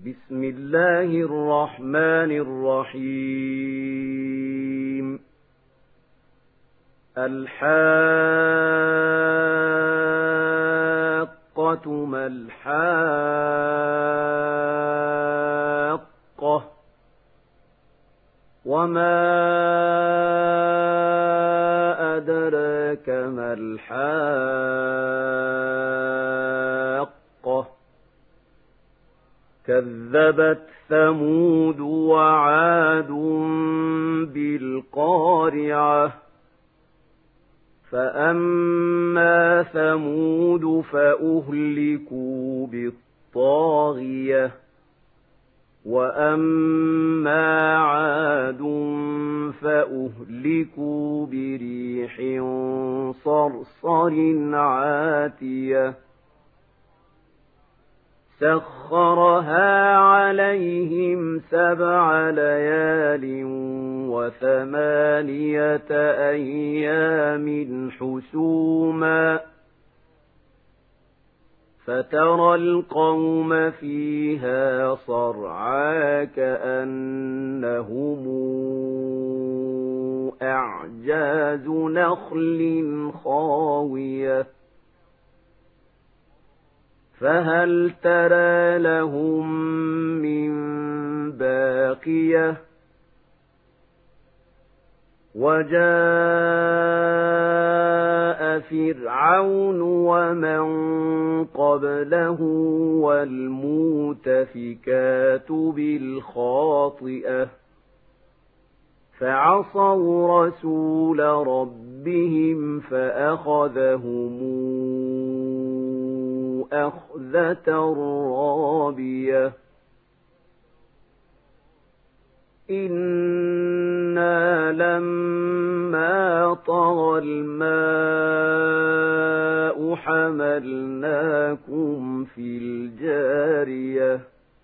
بسم الله الرحمن الرحيم الحاقة ما الحاقة وما أدراك ما الحاقة كذبت ثمود وعاد بالقارعة فأما ثمود فأهلكوا بالطاغية وأما عاد فأهلكوا بريح صرصر عاتية سخرها عليهم 7 ليال و8 أيام حسوما فترى القوم فيها صرعى كأنهم أعجاز نخل خاوية فهل ترى لهم من باقية وجاء فرعون ومن قبله والمؤتفكات بالخاطئة فعصوا رسول ربهم فأخذهم أخذة رابية إنا لما طغى الماء حملناكم في الجارية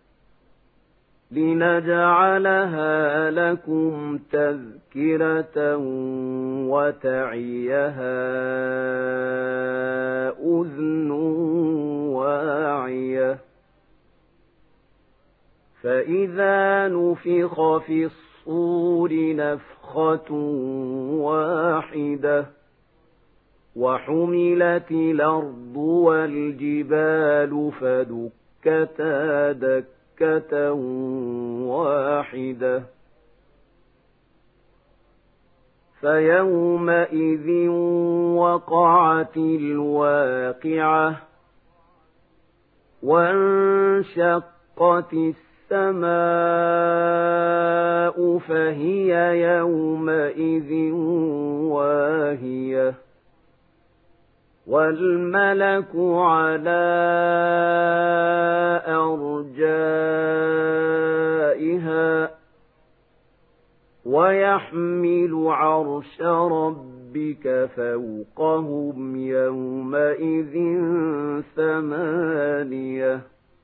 لنجعلها لكم تذكرة وتعيها أذن واعية فإذا نفخ في الصور نفخة واحدة وحملت الأرض والجبال فدكتا دكة واحدة فيومئذ وقعت الواقعة وانشقت السماء فهي يومئذ واهية والملك على أرجائها ويحمل عرش ربك فوقهم يومئذ 8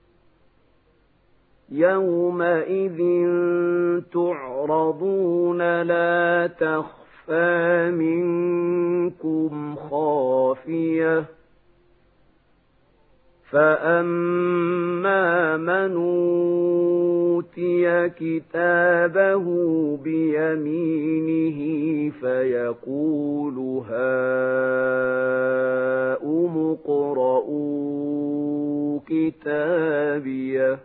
يومئذ تعرضون لا تخفى منكم خافية فأما من أوتي كتابه بيمينه فيقول هاؤم اقرءوا كتابيه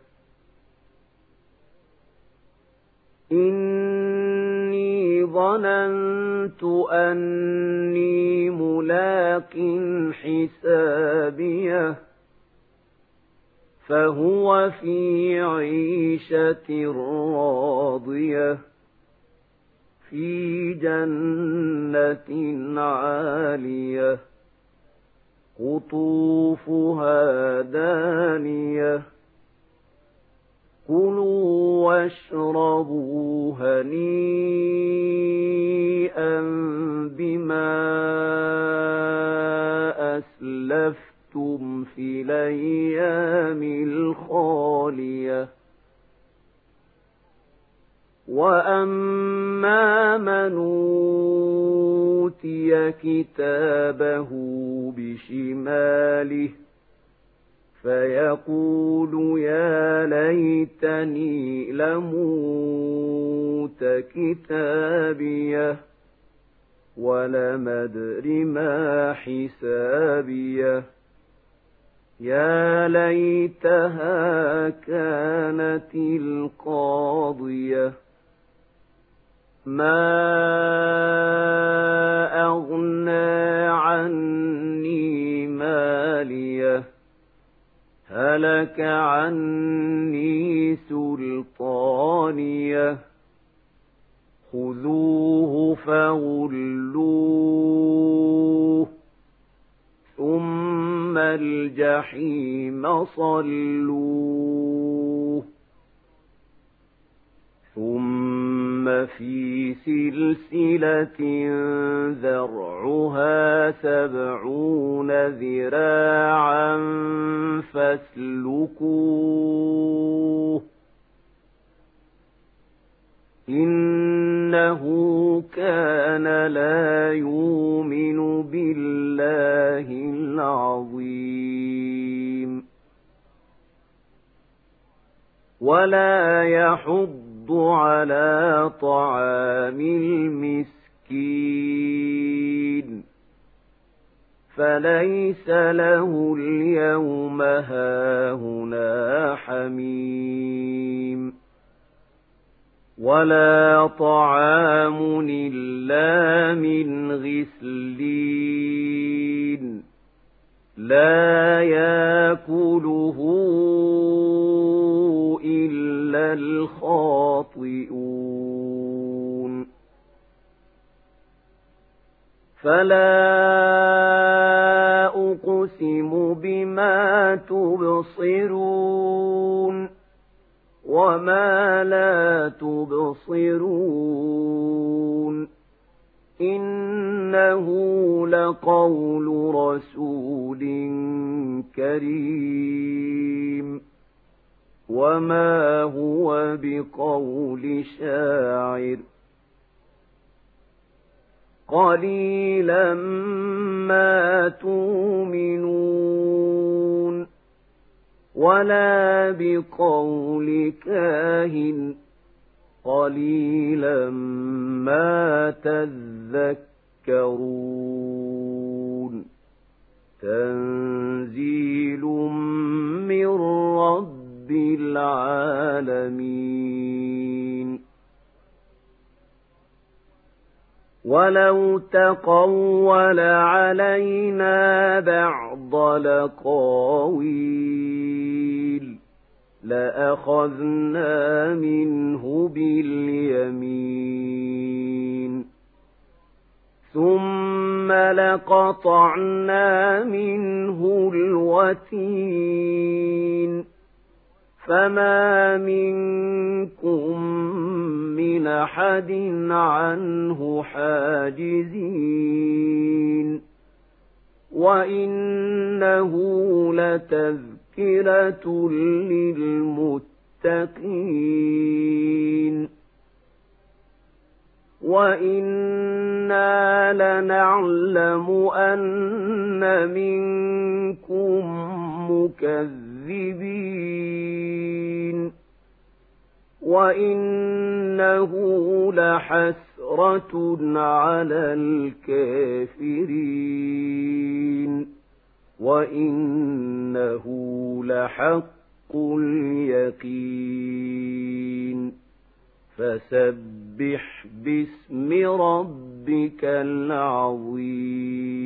إني ظننت أني ملاق حسابيه فهو في عيشة راضية في جنة عالية قطوفها دانية كلوا واشربوا هنيئا بما أسلفتم في الأيام الخالية وأما من أوتي كتابه بشماله فيقول يا ليت ليتني لموت كتابيه ولم أدر ما حسابيه يا ليتها كانت القاضية ما أغنى عني ماليه هلك عني سلطانيه خذوه فغلوه ثم الجحيم صلوه ثم في سلسلة ذرعها 70 ذراعا فاسلكوه إنه كان لا يؤمن بالله العظيم ولا يحض على طعام المسكين فليس له اليوم هاهنا حميم ولا طعام إلا من غسلين لا يأكله إلا الخاطئون فلا أقسم بما تبصرون وما لا تبصرون إنه لقول رسول كريم وما هو بقول شاعر قليلا ما تؤمنون ولا بقول كاهن قليلا ما تذكرون تنزيل من رب العالمين ولو تقول علينا بعض الأقاويل لأخذنا منه باليمين ثم لقطعنا منه الوتين فما منكم من أحد عنه حاجزين وإنه لتذكرة للمتقين وإنا لنعلم أن منكم مكذبين وإنه لحسرة على الكافرين وإنه لحق اليقين فسبح باسم ربك العظيم